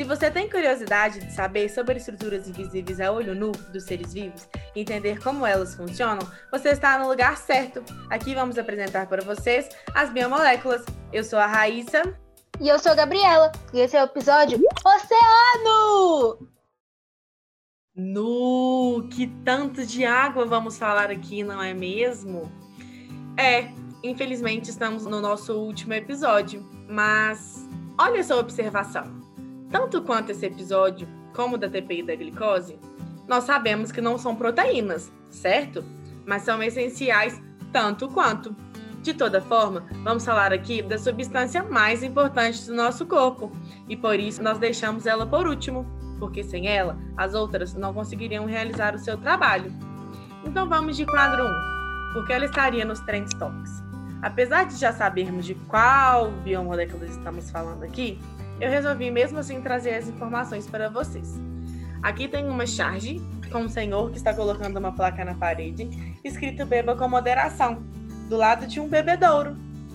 você tem curiosidade de saber sobre estruturas invisíveis a olho nu dos seres vivos e entender como elas funcionam, você está no lugar certo. Aqui vamos apresentar para vocês as biomoléculas. Eu sou a Raíssa. E eu sou a Gabriela. E esse é o episódio Oceano! Que tanto de água vamos falar aqui, não é mesmo? Infelizmente estamos no nosso último episódio, mas olha essa observação. Tanto quanto esse episódio, como o da TPI da glicose, nós sabemos que não são proteínas, certo? Mas são essenciais tanto quanto. De toda forma, vamos falar aqui da substância mais importante do nosso corpo, e por isso nós deixamos ela por último, porque sem ela, as outras não conseguiriam realizar o seu trabalho. Então vamos de quadro 1, porque ela estaria nos Trend Topics. Apesar de já sabermos de qual biomolécula estamos falando aqui, eu resolvi mesmo assim trazer as informações para vocês. Aqui tem uma charge com um senhor que está colocando uma placa na parede, escrito "Beba com moderação", do lado de um bebedouro.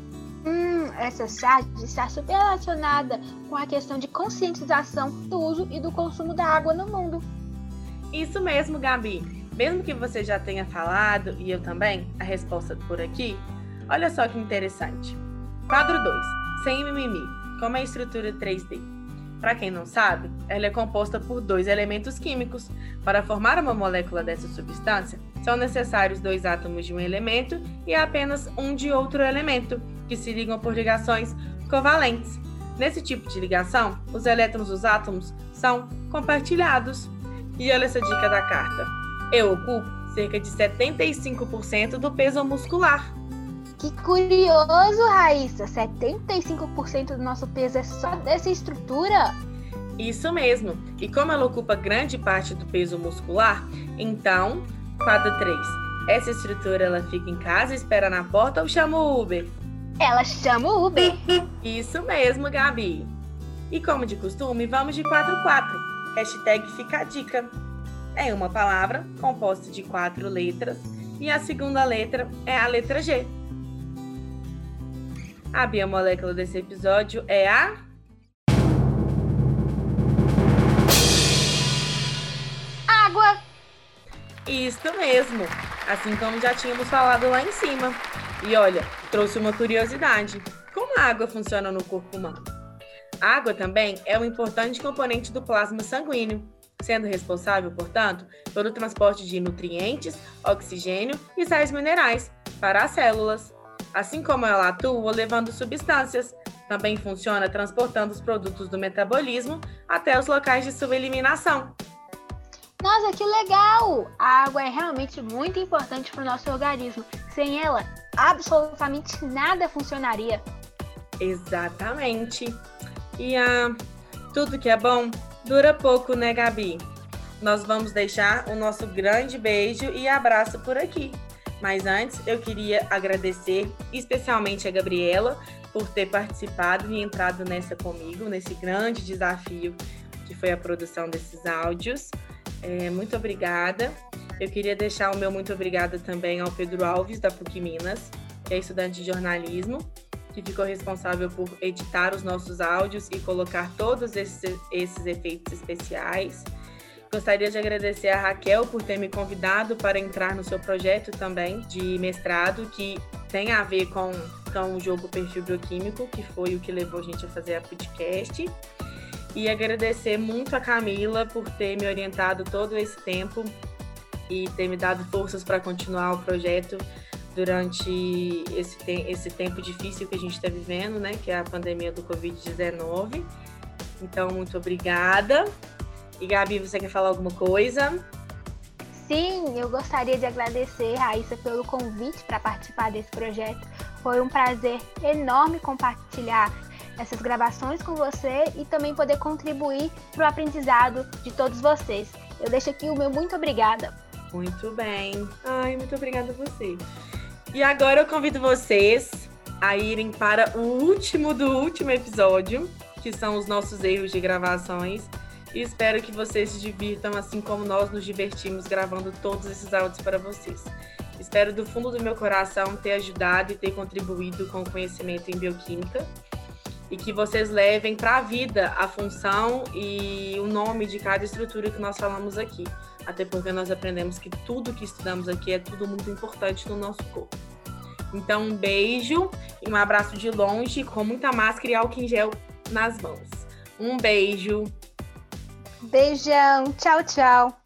Essa charge está super relacionada com a questão de conscientização do uso e do consumo da água no mundo. Isso mesmo, Gabi. Mesmo que você já tenha falado, e eu também, a resposta por aqui, olha só que interessante. Quadro 2, sem mimimi. Como é a estrutura 3D? Para quem não sabe, ela é composta por 2 elementos químicos. Para formar uma molécula dessa substância, são necessários 2 átomos de um elemento e apenas um de outro elemento, que se ligam por ligações covalentes. Nesse tipo de ligação, os elétrons dos átomos são compartilhados. E olha essa dica da carta. Eu ocupo cerca de 75% do peso muscular. Que curioso, Raíssa! 75% do nosso peso é só dessa estrutura? Isso mesmo. E como ela ocupa grande parte do peso muscular, então, quadro 3. Essa estrutura ela fica em casa, espera na porta ou chama o Uber? Ela chama o Uber. Isso mesmo, Gabi. E como de costume, vamos de quadro 4. Hashtag fica a dica. É uma palavra composta de 4 letras e a segunda letra é a letra G. A biomolécula desse episódio é a... água! Isso mesmo, assim como já tínhamos falado lá em cima. E olha, trouxe uma curiosidade. Como a água funciona no corpo humano? A água também é um importante componente do plasma sanguíneo, sendo responsável, portanto, pelo transporte de nutrientes, oxigênio e sais minerais para as células. Assim como ela atua levando substâncias, também funciona transportando os produtos do metabolismo até os locais de sua eliminação. Nossa, que legal! A água é realmente muito importante para o nosso organismo. Sem ela, absolutamente nada funcionaria. Exatamente. E tudo que é bom dura pouco, né, Gabi? Nós vamos deixar o nosso grande beijo e abraço por aqui. Mas antes, eu queria agradecer especialmente a Gabriela por ter participado e entrado nessa comigo, nesse grande desafio que foi a produção desses áudios. Muito obrigada. Eu queria deixar o meu muito obrigada também ao Pedro Alves, da PUC Minas, que é estudante de jornalismo, que ficou responsável por editar os nossos áudios e colocar todos esses efeitos especiais. Gostaria de agradecer a Raquel por ter me convidado para entrar no seu projeto também de mestrado, que tem a ver com o jogo Perfil Bioquímico, que foi o que levou a gente a fazer a podcast. E agradecer muito a Camila por ter me orientado todo esse tempo e ter me dado forças para continuar o projeto durante esse tempo difícil que a gente está vivendo, né? Que é a pandemia do Covid-19. Então, muito obrigada. E Gabi, você quer falar alguma coisa? Sim, eu gostaria de agradecer, Raíssa, pelo convite para participar desse projeto. Foi um prazer enorme compartilhar essas gravações com você e também poder contribuir para o aprendizado de todos vocês. Eu deixo aqui o meu muito obrigada. Muito bem. Muito obrigada a você. E agora eu convido vocês a irem para o último do último episódio, que são os nossos erros de gravações. E espero que vocês se divirtam assim como nós nos divertimos gravando todos esses áudios para vocês. Espero do fundo do meu coração ter ajudado e ter contribuído com o conhecimento em bioquímica. e que vocês levem para a vida a função e o nome de cada estrutura que nós falamos aqui. Até porque nós aprendemos que tudo que estudamos aqui é tudo muito importante no nosso corpo. Então, um beijo e um abraço de longe, com muita máscara e álcool em gel nas mãos. Um beijo. Beijão. Tchau, tchau.